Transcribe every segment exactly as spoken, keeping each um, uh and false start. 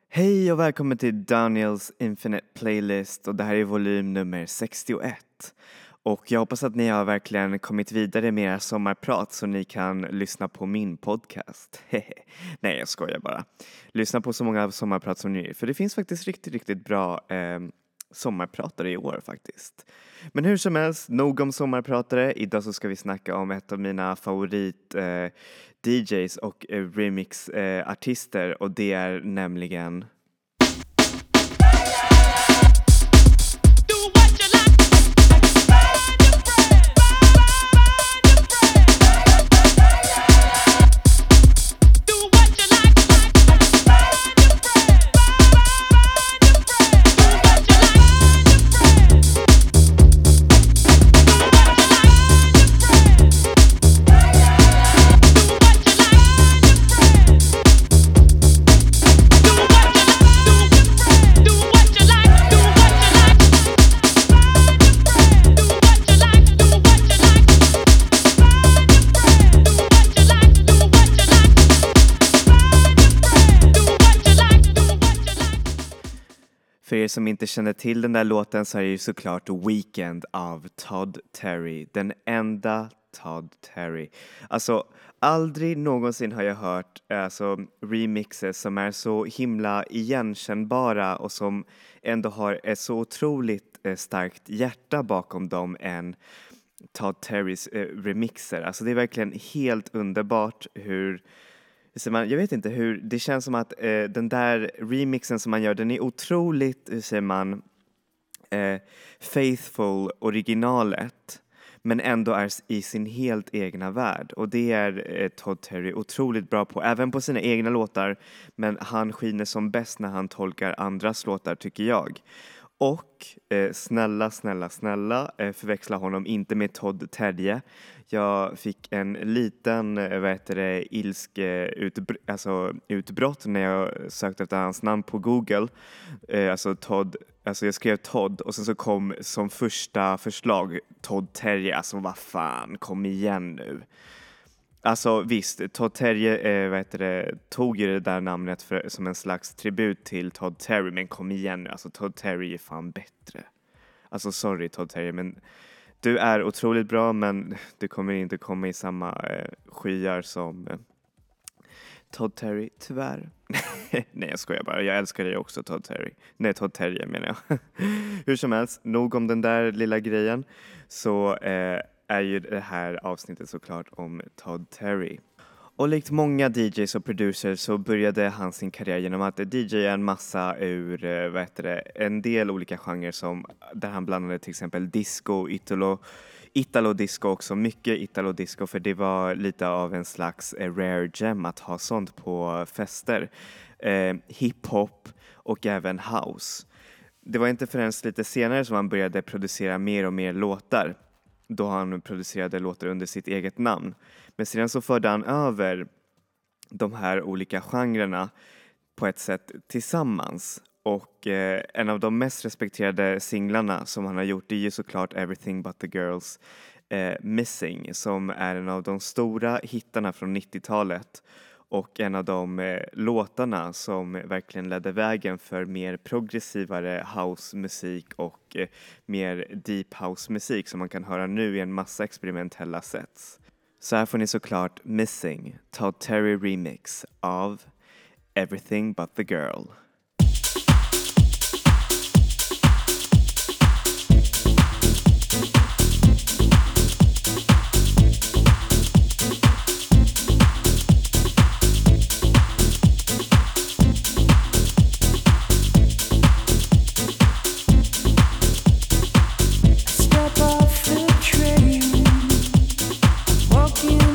Hej och välkommen till Daniels Infinite Playlist och det här är volym nummer sextioett. Och jag hoppas att ni har verkligen kommit vidare med era sommarprat så ni kan lyssna på min podcast. Nej, jag skojar bara. Lyssna på så många sommarprat som ni vill, för det finns faktiskt riktigt, riktigt bra eh, sommarpratare i år faktiskt. Men hur som helst, nog om sommarpratare. Idag så ska vi snacka om ett av mina favorit eh, D Js och eh, remix-artister eh, och det är nämligen... För er som inte känner till den där låten så är det ju såklart Weekend av Todd Terry. Den enda Todd Terry. Alltså aldrig någonsin har jag hört alltså, remixes som är så himla igenkännbara och som ändå har ett så otroligt eh, starkt hjärta bakom dem än Todd Terrys eh, remixer. Alltså det är verkligen helt underbart hur... Så man, jag vet inte hur, det känns som att eh, den där remixen som man gör, den är otroligt, hur säger man, eh, faithful originalet, men ändå är i sin helt egna värld. Och det är eh, Todd Terry otroligt bra på, även på sina egna låtar, men han skiner som bäst när han tolkar andras låtar tycker jag. Och eh, snälla, snälla, snälla, eh, förväxla honom inte med Todd Terje. Jag fick en liten, eh, vad heter det, ilsk eh, utbr- alltså, utbrott när jag sökte efter hans namn på Google. Eh, alltså Todd, alltså jag skrev Todd och sen så kom som första förslag Todd Terje. Alltså vad fan, kom igen nu. Alltså visst, Todd Terje eh, vad heter det, tog ju det där namnet för, som en slags tribut till Todd Terry, men kom igen nu, alltså Todd Terry är fan bättre. Alltså sorry Todd Terry, men du är otroligt bra, men du kommer inte komma i samma eh, skyar som eh, Todd Terry, tyvärr. Nej, jag skojar bara, jag älskar dig också Todd Terry. Nej, Todd Terje menar jag. Hur som helst, nog om den där lilla grejen, så... Eh, är ju det här avsnittet såklart om Todd Terry. Och likt många D Js och producers så började han sin karriär genom att D J en massa ur, vad heter det, en del olika genrer som, där han blandade till exempel disco, italo, italo disco också, mycket italo disco, för det var lite av en slags rare gem att ha sånt på fester. Eh, hiphop och även house. Det var inte förrän lite senare som han började producera mer och mer låtar, då han producerade låtar under sitt eget namn. Men sedan så förde han över de här olika genrerna på ett sätt tillsammans. Och eh, en av de mest respekterade singlarna som han har gjort, det är ju såklart Everything But The Girls eh, Missing, som är en av de stora hittarna från nittiotalet. Och en av de eh, låtarna som verkligen ledde vägen för mer progressivare housemusik och eh, mer deep house-musik som man kan höra nu i en massa experimentella sets. Så här får ni såklart Missing, Todd Terry remix av Everything But The Girl.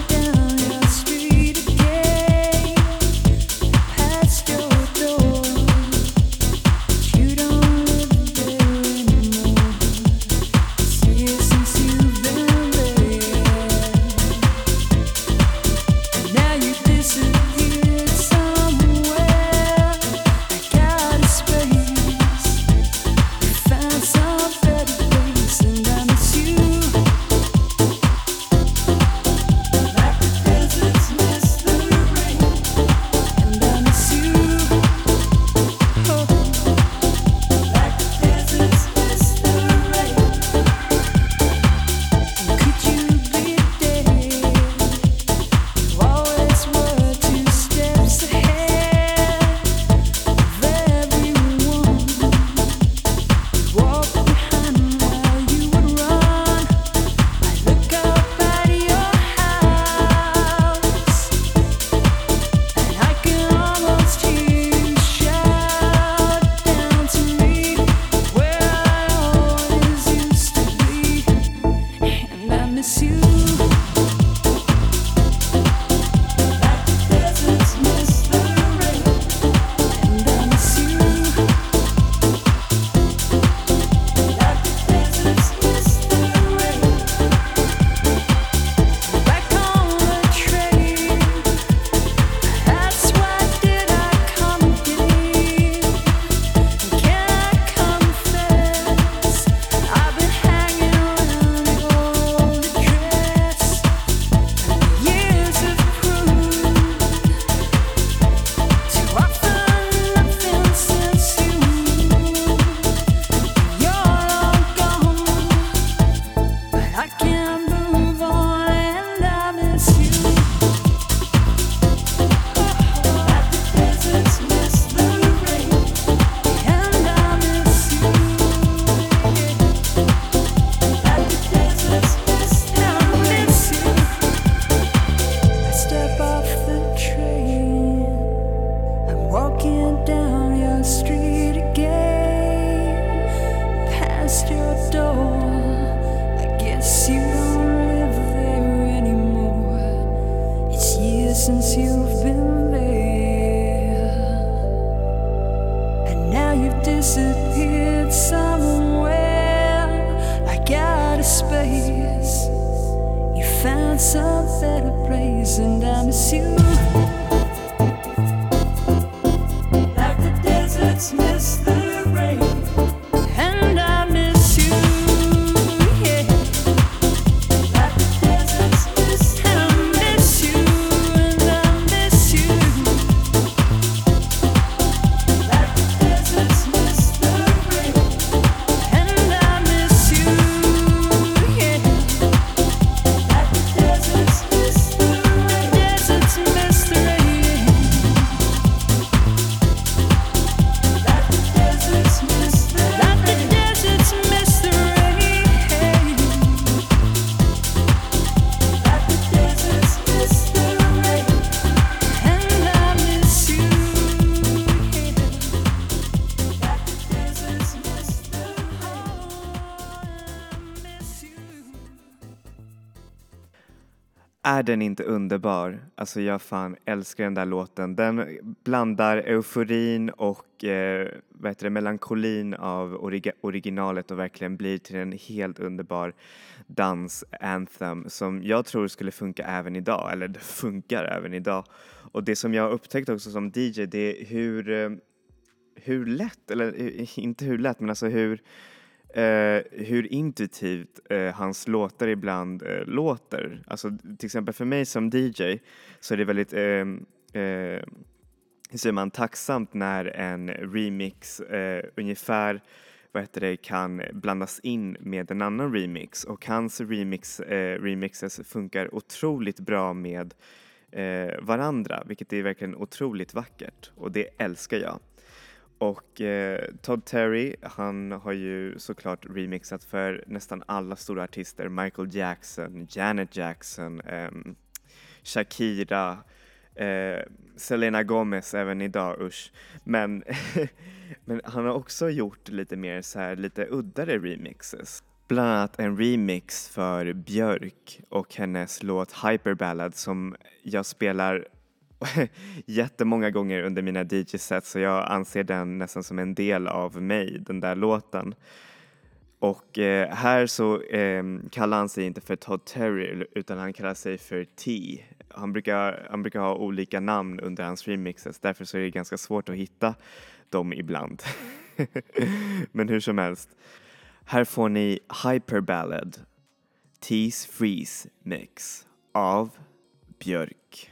Down your street again, past your door. miss you. Since you've been there, and now you've disappeared somewhere. I got a space, you found some better place, and I miss you. Like the deserts miss the rain, and I miss you. Är den inte underbar? Alltså jag fan älskar den där låten. Den blandar euforin och eh, vad heter det, melankolin av origa- originalet och verkligen blir till en helt underbar dans-anthem som jag tror skulle funka även idag. Eller det funkar även idag. Och det som jag har upptäckt också som D J, det är hur, eh, hur lätt, eller inte hur lätt, men alltså hur Uh, hur intuitivt uh, hans låtar ibland uh, låter. Alltså till exempel för mig som D J så är det väldigt uh, uh, hur säger man, tacksamt när en remix uh, ungefär vad heter det, kan blandas in med en annan remix, och hans remix, uh, remixes funkar otroligt bra med uh, varandra, vilket är verkligen otroligt vackert, och det älskar jag. Och eh, Todd Terry, han har ju såklart remixat för nästan alla stora artister. Michael Jackson, Janet Jackson, eh, Shakira, eh, Selena Gomez även idag, usch. Men, men han har också gjort lite mer så här, lite uddare remixes. Bland annat en remix för Björk och hennes låt Hyperballad som jag spelar jättemånga gånger under mina D J-set, så jag anser den nästan som en del av mig, den där låten. Och eh, här så eh, kallar han sig inte för Todd Terry, utan han kallar sig för T. Han brukar, han brukar ha olika namn under hans remixes, därför så är det ganska svårt att hitta dem ibland. Men hur som helst. Här får ni Hyperballad, T's Freeze Mix av Björk.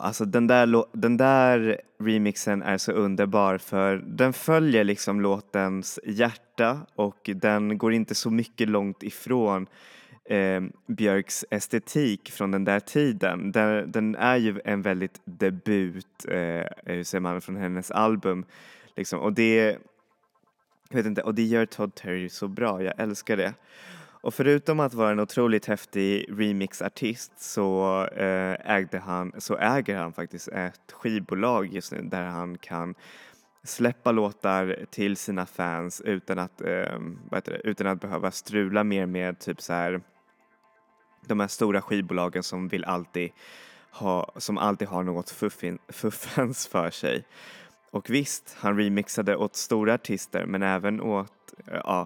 alltså den där, lå- den där remixen är så underbar för den följer liksom låtens hjärta och den går inte så mycket långt ifrån eh, Björks estetik från den där tiden. Den, den är ju en väldigt debut, eh, hur säger man, från hennes album liksom, och det jag vet inte, och det gör Todd Terry så bra, jag älskar det. Och förutom att vara en otroligt häftig remixartist så, eh, ägde han, så äger han faktiskt ett skivbolag just nu där han kan släppa låtar till sina fans utan att, eh, vad heter det, utan att behöva strula mer med typ så här de här stora skivbolagen som vill alltid ha, som alltid har något fuffin, fuffens för sig. Och visst, han remixade åt stora artister men även åt, ja,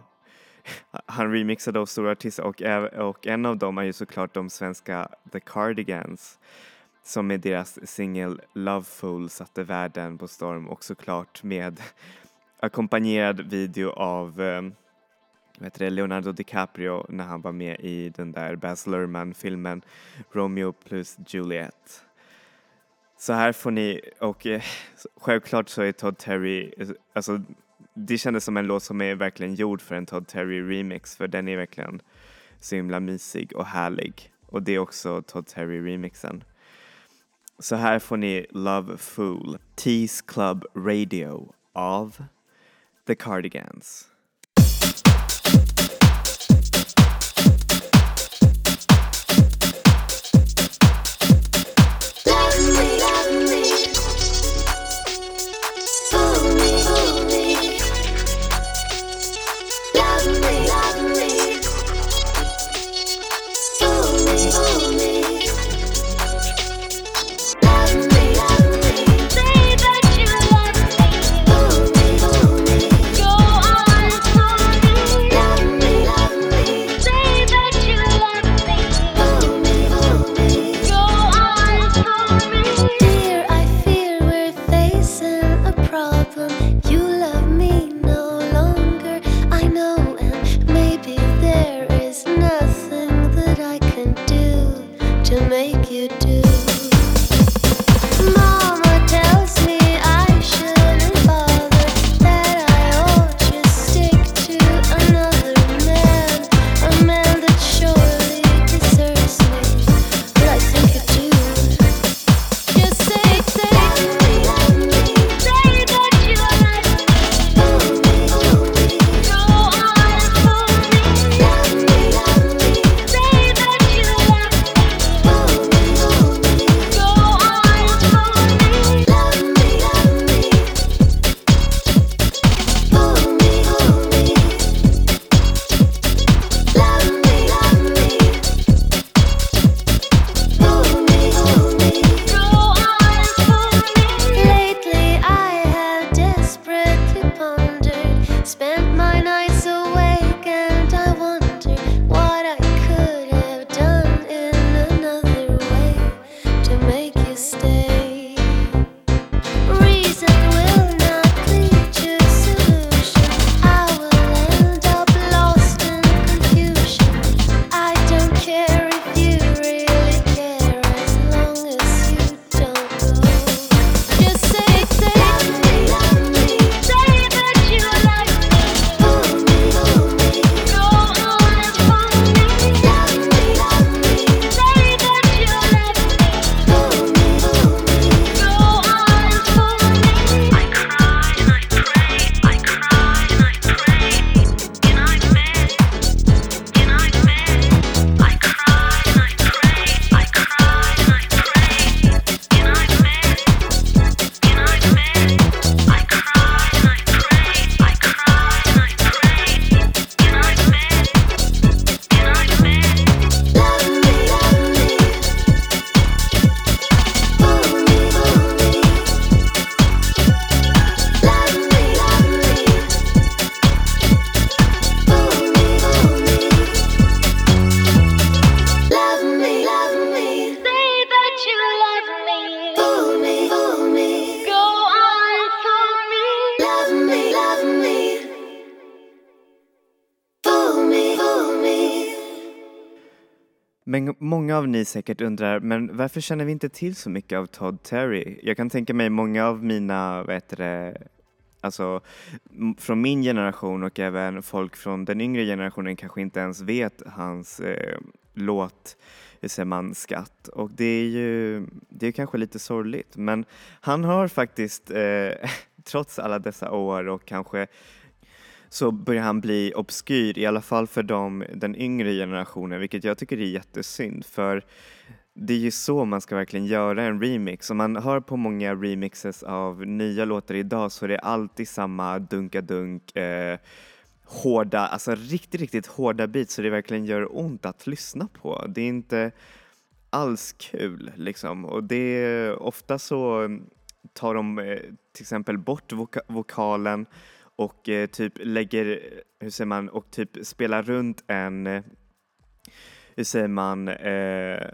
han remixade åt stora artister och, och en av dem är ju såklart de svenska The Cardigans som med deras singel Loveful satte världen på storm och såklart med ackompanjerad video av vet du, Leonardo DiCaprio när han var med i den där Baz Luhrmann-filmen Romeo plus Juliet. Så här får ni, och eh, självklart så är Todd Terry, alltså det kändes som en låt som är verkligen gjord för en Todd Terry remix, för den är verkligen så himla mysig och härlig. Och det är också Todd Terry remixen. Så här får ni Love Fool, Tease Club Radio av The Cardigans. Say that you love me, go on. Men många av ni säkert undrar, men varför känner vi inte till så mycket av Todd Terry? Jag kan tänka mig många av mina, vad heter det, alltså m- från min generation och även folk från den yngre generationen kanske inte ens vet hans eh, låt, hur säger man, Skatt. Och det är ju, det är kanske lite sorgligt, men han har faktiskt, eh, trots alla dessa år och kanske så börjar han bli obskyr, i alla fall för dem, den yngre generationen, vilket jag tycker är jättesynd, för det är ju så man ska verkligen göra en remix. Om man hör på många remixes av nya låtar idag så är det alltid samma dunka-dunk, eh, hårda, alltså riktigt, riktigt hårda beats så det verkligen gör ont att lyssna på. Det är inte alls kul liksom, och det är ofta så tar de eh, till exempel bort voka- vokalen och eh, typ lägger, hur säger man, och typ spelar runt en, eh, hur säger man, eh,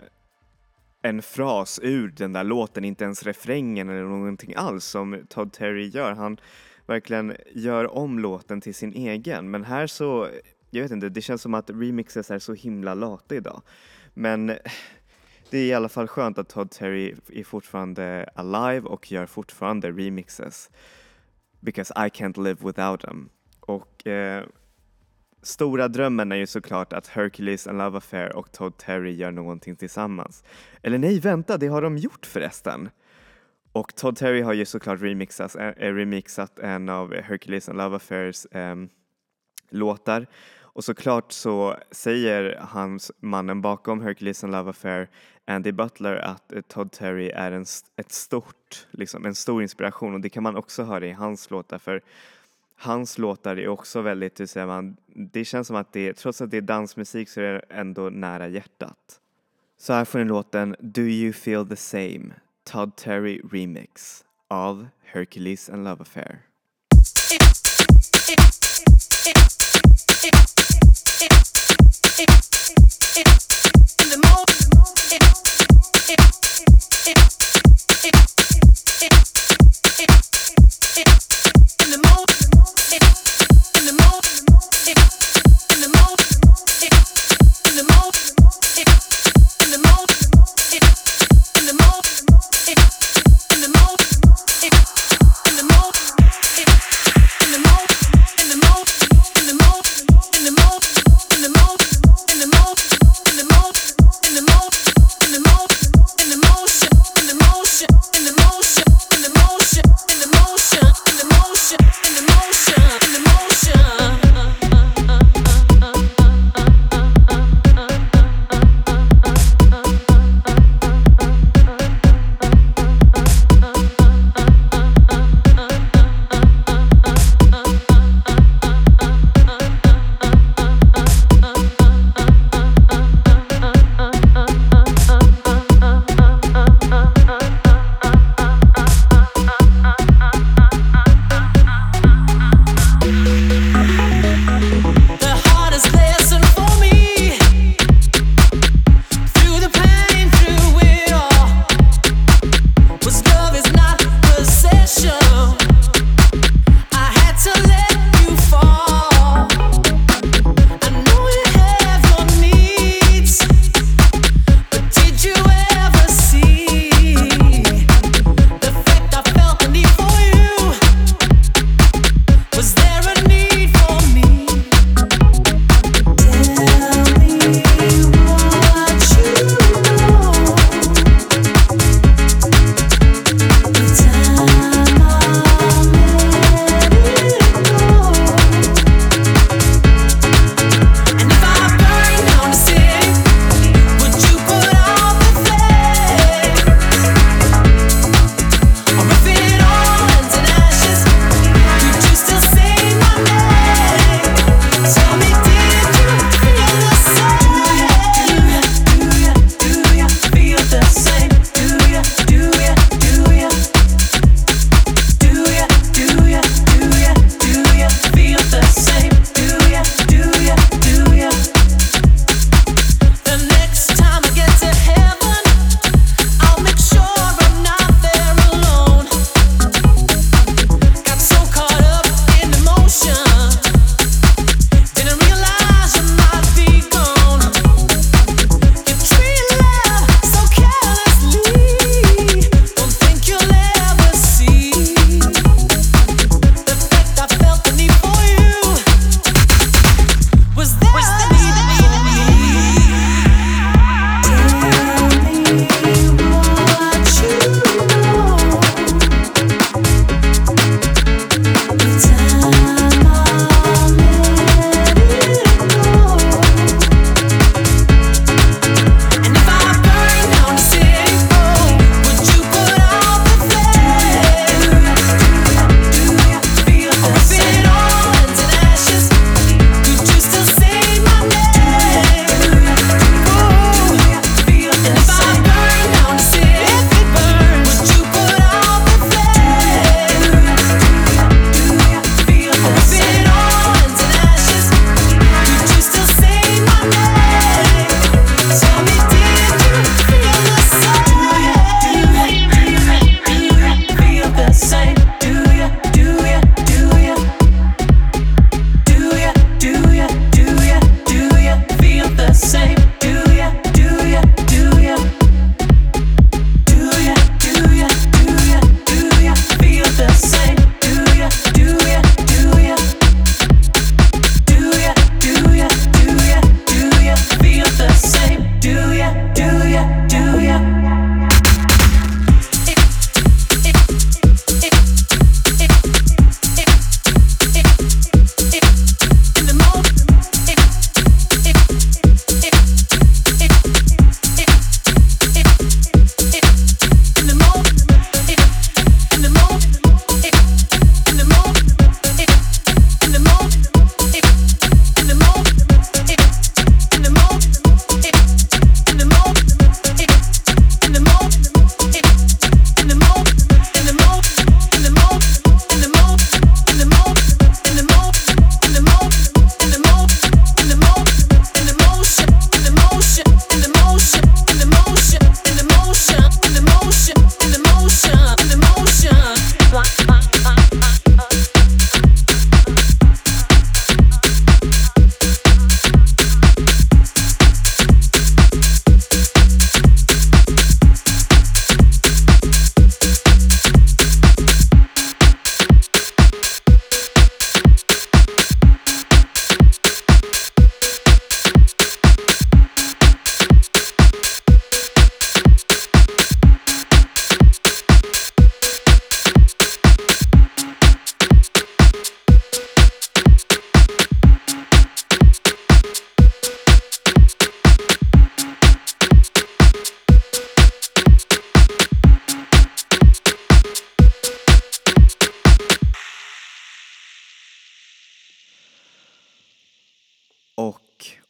en fras ur den där låten, inte ens refrängen eller någonting alls som Todd Terry gör. Han verkligen gör om låten till sin egen, men här så, jag vet inte, det känns som att remixes är så himla lata idag. Men det är i alla fall skönt att Todd Terry är fortfarande alive och gör fortfarande remixes. Because I can't live without them. Och eh, stora drömmen är ju såklart att Hercules and Love Affair och Todd Terry gör någonting tillsammans. Eller nej, vänta, det har de gjort förresten. Och Todd Terry har ju såklart remixat, äh, remixat en av Hercules and Love Affairs eh, låtar. Och såklart så säger hans mannen bakom Hercules and Love Affair, Andy Butler, att eh, Todd Terry är en, ett stort, liksom, en stor inspiration. Och det kan man också höra i hans låtar, för hans låtar är också väldigt, hur säger man, det känns som att det, trots att det är dansmusik så är det ändå nära hjärtat. Så här får ni låten Do You Feel The Same, Todd Terry Remix av Hercules and Love Affair.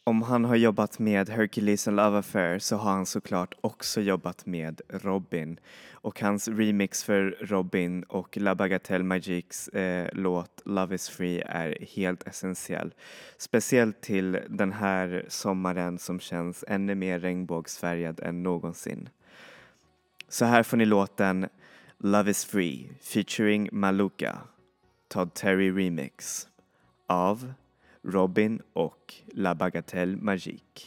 om han har jobbat med Hercules and Love Affair så har han såklart också jobbat med Robin. Och hans remix för Robin och La Bagatelle Magiques eh, låt Love is Free är helt essentiell. Speciellt till den här sommaren som känns ännu mer regnbågsfärgad än någonsin. Så här får ni låten Love is Free featuring Maluka, Todd Terry remix av Robin och La Bagatelle Magique.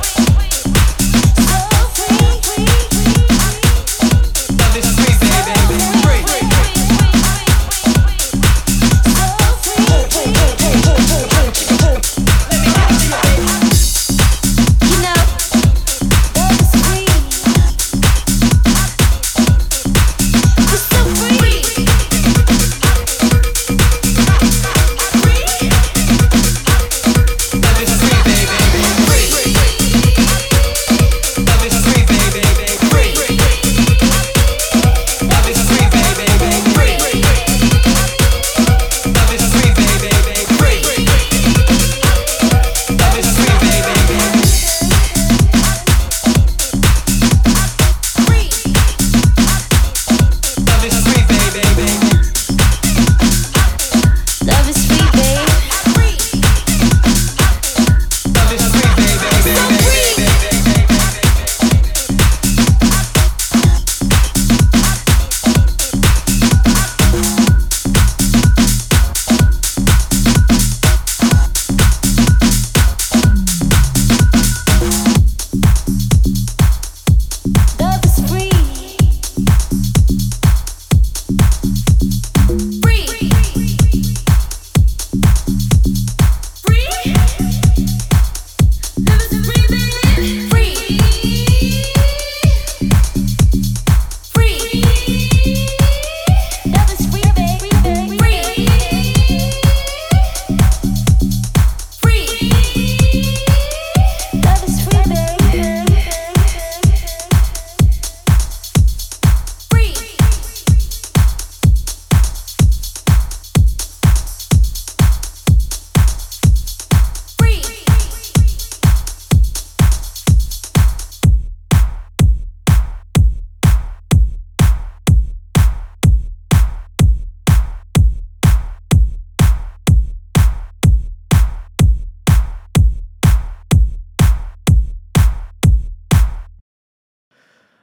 Baby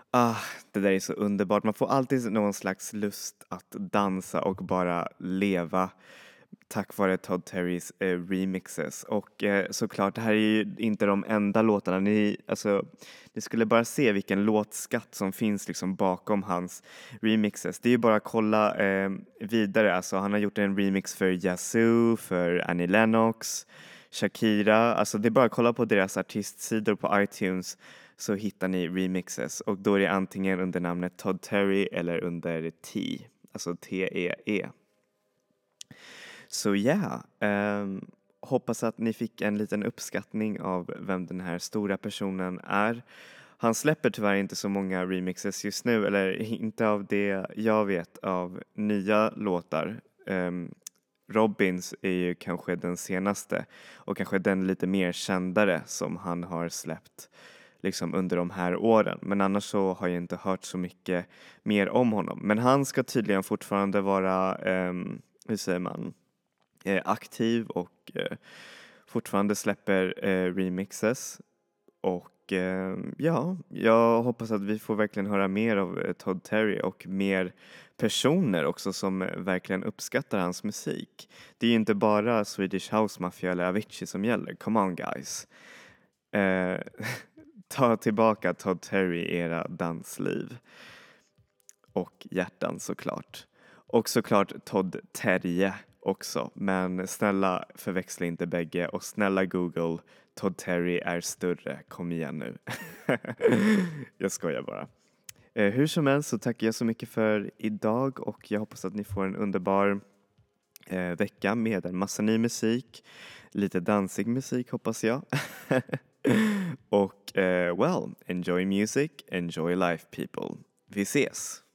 Ah, det där är så underbart. Man får alltid någon slags lust att dansa och bara leva tack vare Todd Terrys eh, remixes. Och eh, såklart, det här är ju inte de enda låtarna. Ni, alltså, ni skulle bara se vilken låtskatt som finns liksom bakom hans remixes. Det är ju bara att kolla eh, vidare. Alltså, han har gjort en remix för Yazoo, för Annie Lennox, Shakira. Alltså, det är bara att kolla på deras artistsidor på iTunes så hittar ni remixes. Och då är det antingen under namnet Todd Terry eller under T, alltså T E E. Så ja, yeah, um, hoppas att ni fick en liten uppskattning av vem den här stora personen är. Han släpper tyvärr inte så många remixes just nu, eller inte av det jag vet av nya låtar. Um, Robins är ju kanske den senaste och kanske den lite mer kändare som han har släppt liksom under de här åren. Men annars så har jag inte hört så mycket mer om honom. Men han ska tydligen fortfarande vara, um, hur säger man, eh, aktiv och eh, fortfarande släpper eh, remixes. Och eh, ja, jag hoppas att vi får verkligen höra mer av eh, Todd Terry och mer personer också som eh, verkligen uppskattar hans musik. Det är ju inte bara Swedish House Mafia eller Avicii som gäller. Come on guys. Eh, ta tillbaka Todd Terry i era dansliv. Och hjärtan såklart. Och såklart Todd Terje också. Men snälla förväxla inte bägge. Och snälla Google, Todd Terry är större. Kom igen nu. Jag skojar bara. Eh, hur som helst så tackar jag så mycket för idag. Och jag hoppas att ni får en underbar eh, vecka med en massa ny musik. Lite dansig musik hoppas jag. Och uh, well, enjoy music, enjoy life people. Vi ses!